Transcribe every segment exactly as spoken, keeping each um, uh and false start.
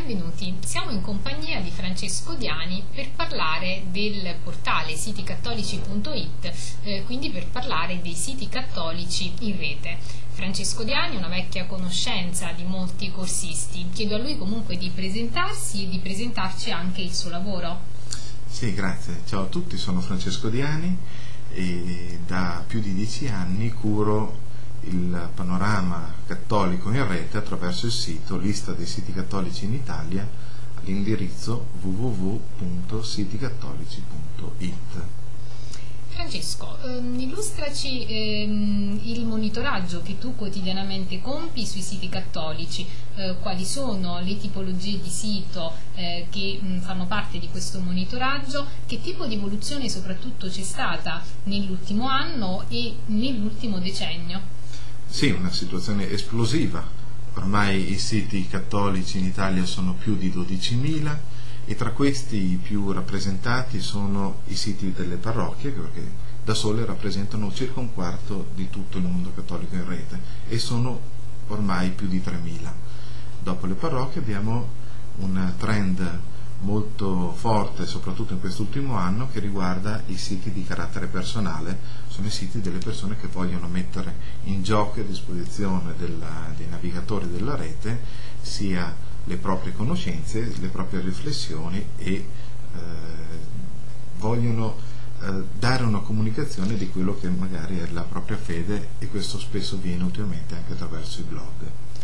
benvenuti. Siamo in compagnia di Francesco Diani per parlare del portale siti cattolici punto it, eh, quindi per parlare dei siti cattolici in rete. Francesco Diani è una vecchia conoscenza di molti corsisti. Chiedo a lui comunque di presentarsi e di presentarci anche il suo lavoro. Sì, grazie. Ciao a tutti, sono Francesco Diani e da più di dieci anni curo il panorama cattolico in rete attraverso il sito Lista dei siti cattolici in Italia all'indirizzo w w w punto siti cattolici punto it. Francesco, ehm, illustraci ehm, il monitoraggio che tu quotidianamente compi sui siti cattolici, eh, quali sono le tipologie di sito eh, che mh, fanno parte di questo monitoraggio, che tipo di evoluzione soprattutto c'è stata nell'ultimo anno e nell'ultimo decennio? Sì, una situazione esplosiva. Ormai i siti cattolici in Italia sono più di dodicimila e tra questi i più rappresentati sono i siti delle parrocchie, che da sole rappresentano circa un quarto di tutto il mondo cattolico in rete e sono ormai più di tremila. Dopo le parrocchie abbiamo un trend molto forte, soprattutto in quest'ultimo anno, che riguarda i siti di carattere personale. Sono i siti delle persone che vogliono mettere in gioco a disposizione della, dei navigatori della rete sia le proprie conoscenze, le proprie riflessioni e eh, vogliono eh, dare una comunicazione di quello che magari è la propria fede, e questo spesso viene ultimamente anche attraverso i blog.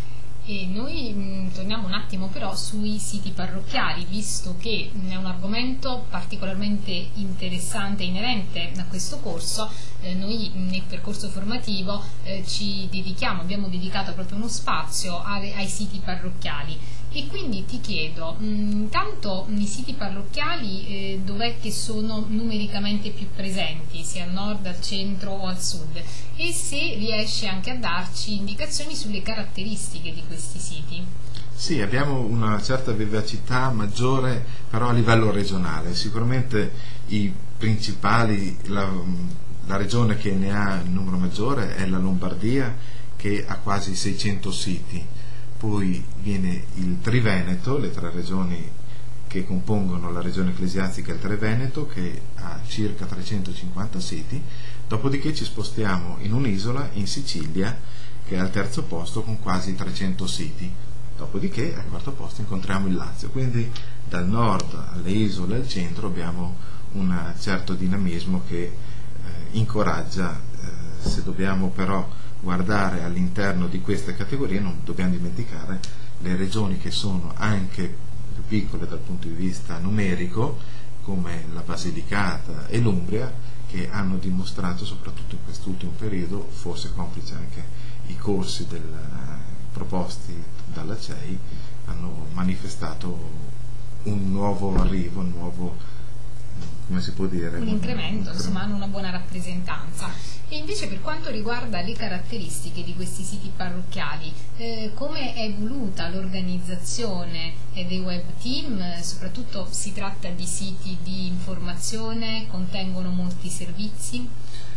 E noi mh, torniamo un attimo però sui siti parrocchiali, visto che mh, è un argomento particolarmente interessante e inerente a questo corso. Eh, noi mh, nel percorso formativo eh, ci dedichiamo, abbiamo dedicato proprio uno spazio alle, ai siti parrocchiali. E quindi ti chiedo, mh, intanto i siti parrocchiali eh, dov'è che sono numericamente più presenti, sia al nord, al centro o al sud, e se riesci anche a darci indicazioni sulle caratteristiche di questi siti. Sì, abbiamo una certa vivacità maggiore però a livello regionale. Sicuramente i principali, la, la regione che ne ha il numero maggiore è la Lombardia, che ha quasi seicento siti. Poi viene il Triveneto, le tre regioni che compongono la regione ecclesiastica del Triveneto, che ha circa trecentocinquanta siti. Dopodiché ci spostiamo in un'isola, in Sicilia, che è al terzo posto con quasi trecento siti. Dopodiché al quarto posto incontriamo il Lazio. Quindi dal nord alle isole al centro abbiamo un certo dinamismo che eh, incoraggia. Eh, se dobbiamo però guardare all'interno di queste categorie non dobbiamo dimenticare le regioni che sono anche più piccole dal punto di vista numerico, come la Basilicata e l'Umbria, che hanno dimostrato soprattutto in quest'ultimo periodo, forse complice anche i corsi del, proposti dalla C E I, hanno manifestato un nuovo arrivo, un nuovo, come si può dire? Un incremento, un, insomma, hanno una buona rappresentanza. E invece per quanto riguarda le caratteristiche di questi siti parrocchiali, eh, come è evoluta l'organizzazione eh, dei web team? Soprattutto si tratta di siti di informazione, contengono molti servizi?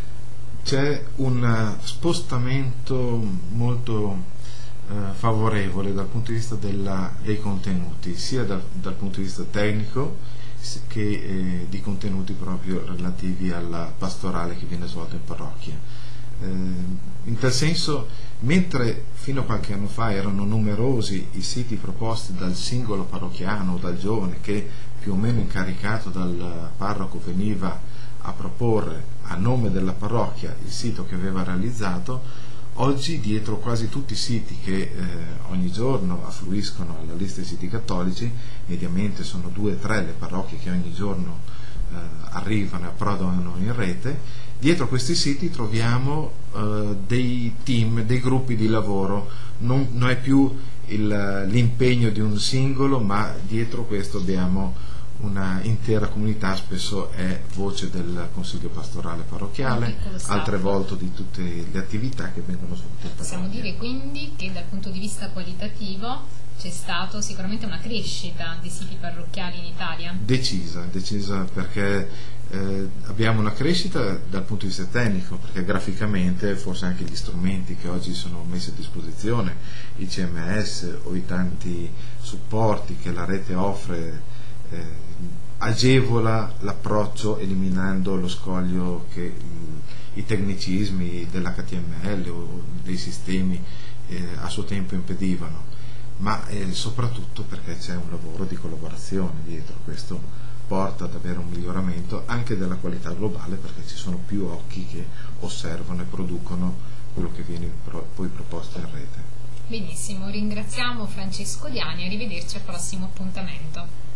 C'è un spostamento molto eh, favorevole dal punto di vista della, dei contenuti, sia dal, dal punto di vista tecnico che eh, di contenuti proprio relativi alla pastorale che viene svolta in parrocchia. Eh, in tal senso, mentre fino a qualche anno fa erano numerosi i siti proposti dal singolo parrocchiano o dal giovane che più o meno incaricato dal parroco veniva a proporre a nome della parrocchia il sito che aveva realizzato, oggi dietro quasi tutti i siti che eh, ogni giorno affluiscono alla lista dei siti cattolici, mediamente sono due o tre le parrocchie che ogni giorno eh, arrivano e approdano in rete, dietro questi siti troviamo eh, dei team, dei gruppi di lavoro. Non, non è più il, l'impegno di un singolo, ma dietro questo abbiamo una intera comunità, spesso è voce del consiglio pastorale parrocchiale, altre volte di tutte le attività che vengono svolte in parrocchia. Possiamo dire quindi che dal punto di vista qualitativo c'è stato sicuramente una crescita di siti parrocchiali in Italia. Decisa, decisa perché eh, abbiamo una crescita dal punto di vista tecnico, perché graficamente forse anche gli strumenti che oggi sono messi a disposizione, i C M S o i tanti supporti che la rete offre, eh, agevola l'approccio eliminando lo scoglio che i tecnicismi dell'H T M L o dei sistemi eh, a suo tempo impedivano, ma eh, soprattutto perché c'è un lavoro di collaborazione dietro. Questo porta ad avere un miglioramento anche della qualità globale, perché ci sono più occhi che osservano e producono quello che viene pro- poi proposto in rete. Benissimo, ringraziamo Francesco Diani, arrivederci al prossimo appuntamento.